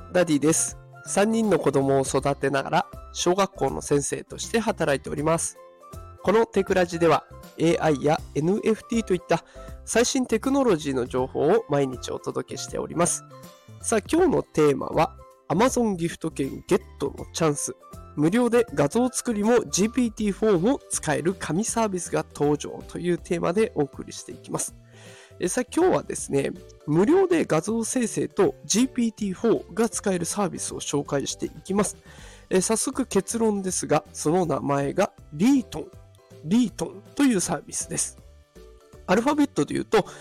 ダディです。3人の子供を育てながら小学校の先生として働いております。このテクラジでは AI や NFT といった最新テクノロジーの情報を毎日お届けしております。さあ、今日のテーマは Amazon ギフト券ゲットのチャンス。無料で画像作りも GPT-4 も使える神サービスが登場というテーマでお送りしていきます。さあ今日はですね、無料で画像生成と GPT-4 が使えるサービスを紹介していきます。早速結論ですが、その名前がリートンというサービスです。アルファベットで言うと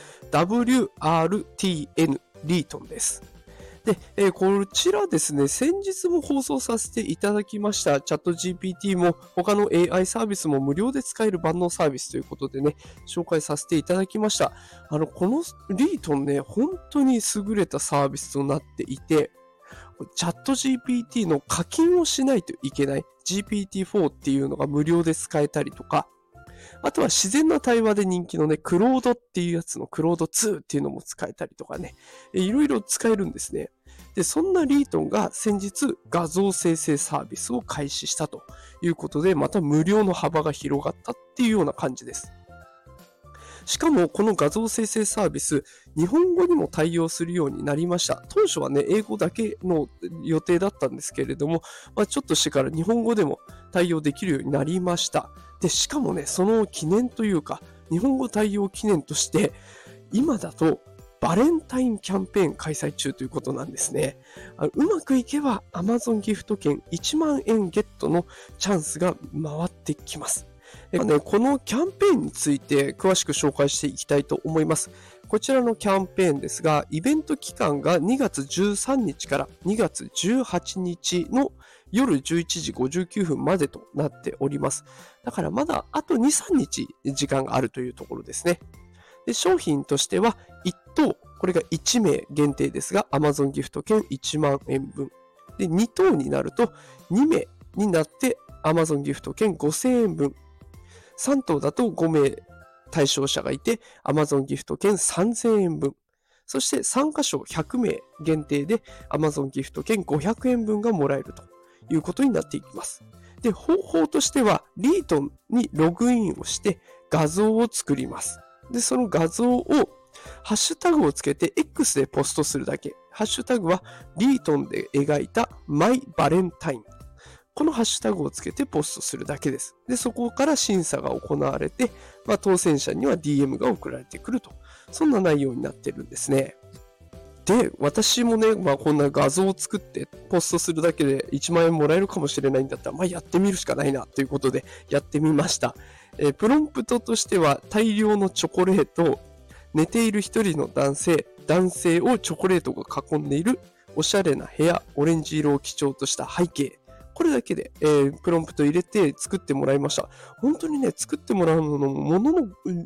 WRTN リートンです。で、こちらですね、先日も放送させていただきましたチャット GPT も他の AI サービスも無料で使える万能サービスということでね、紹介させていただきました。このリートンね、本当に優れたサービスとなっていて、チャット GPT の課金をしないといけない GPT-4 っていうのが無料で使えたりとか、あとは自然な対話で人気のね、クロードっていうやつのクロード2っていうのも使えたりとかね、いろいろ使えるんですね。で、そんなリートンが先日画像生成サービスを開始したということで、また無料の幅が広がったっていうような感じです。しかもこの画像生成サービス、日本語にも対応するようになりました。当初はね、英語だけの予定だったんですけれども、ちょっとしてから日本語でも対応できるようになりました。で、しかもね、その記念というか、日本語対応記念として、今だとバレンタインキャンペーン開催中ということなんですね。うまくいけば Amazon ギフト券1万円ゲットのチャンスが回ってきます。このキャンペーンについて詳しく紹介していきたいと思います。こちらのキャンペーンですが、イベント期間が2月13日から2月18日の夜11時59分までとなっております。だからまだあと2、3日時間があるというところですね。で、商品としては1等、これが1名限定ですが、Amazon ギフト券1万円分。で、2等になると2名になって Amazon ギフト券5000円分。3等だと5名対象者がいて Amazon ギフト券3000円分。そして参加賞100名限定で Amazon ギフト券500円分がもらえるということになっていきます。で、方法としてはリートンにログインをして画像を作ります。で、その画像をハッシュタグをつけて X でポストするだけ。ハッシュタグはリートンで描いたマイバレンタイン。このハッシュタグをつけてポストするだけです。で、そこから審査が行われて、当選者には DM が送られてくると。そんな内容になってるんですね。で、私もね、こんな画像を作ってポストするだけで1万円もらえるかもしれないんだったら、やってみるしかないなということでやってみました。プロンプトとしては大量のチョコレート、寝ている一人の男性をチョコレートが囲んでいるおしゃれな部屋、オレンジ色を基調とした背景。これだけで、プロンプト入れて作ってもらいました。本当にね、作ってもらうのものの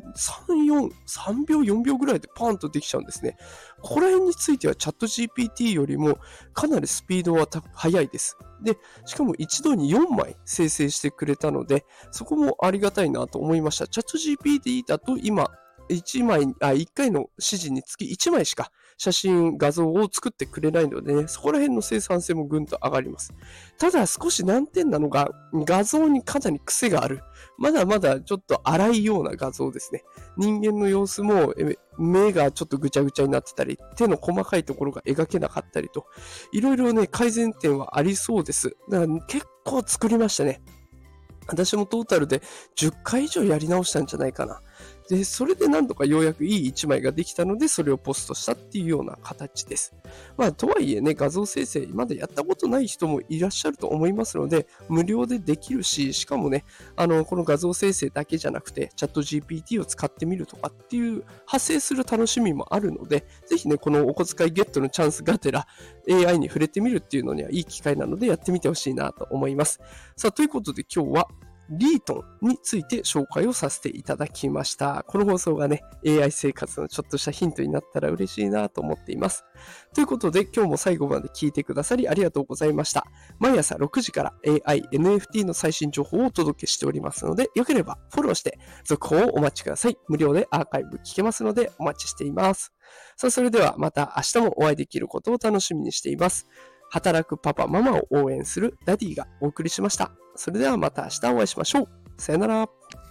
3秒、4秒ぐらいでパーンとできちゃうんですね。ここら辺についてはチャット GPT よりもかなりスピードは速いです。で、しかも一度に4枚生成してくれたので、そこもありがたいなと思いました。チャット GPT だと今、1回の指示につき1枚しか写真、画像を作ってくれないのでね、そこら辺の生産性もぐんと上がります。ただ少し難点なのが、画像にかなり癖がある。まだまだちょっと荒いような画像ですね。人間の様子も目がちょっとぐちゃぐちゃになってたり、手の細かいところが描けなかったりと、いろいろね、改善点はありそうです。だから結構作りましたね。私もトータルで10回以上やり直したんじゃないかな。で、それで何とかようやくいい1枚ができたので、それをポストしたっていうような形です。とはいえね、画像生成、まだやったことない人もいらっしゃると思いますので、無料でできるし、しかもね、この画像生成だけじゃなくて、チャット GPT を使ってみるとかっていう、派生する楽しみもあるので、ぜひね、このお小遣いゲットのチャンスがてら、AI に触れてみるっていうのにはいい機会なので、やってみてほしいなと思います。さあ、ということで今日は、リートンについて紹介をさせていただきました。この放送がね、AI 生活のちょっとしたヒントになったら嬉しいなと思っています。ということで、今日も最後まで聞いてくださりありがとうございました。毎朝6時から AI、NFT の最新情報をお届けしておりますので、よければフォローして続報をお待ちください。無料でアーカイブ聞けますのでお待ちしています。さあ、それではまた明日もお会いできることを楽しみにしています。 働くパパママを応援するダディがお送りしました。それではまた明日お会いしましょう。さよなら。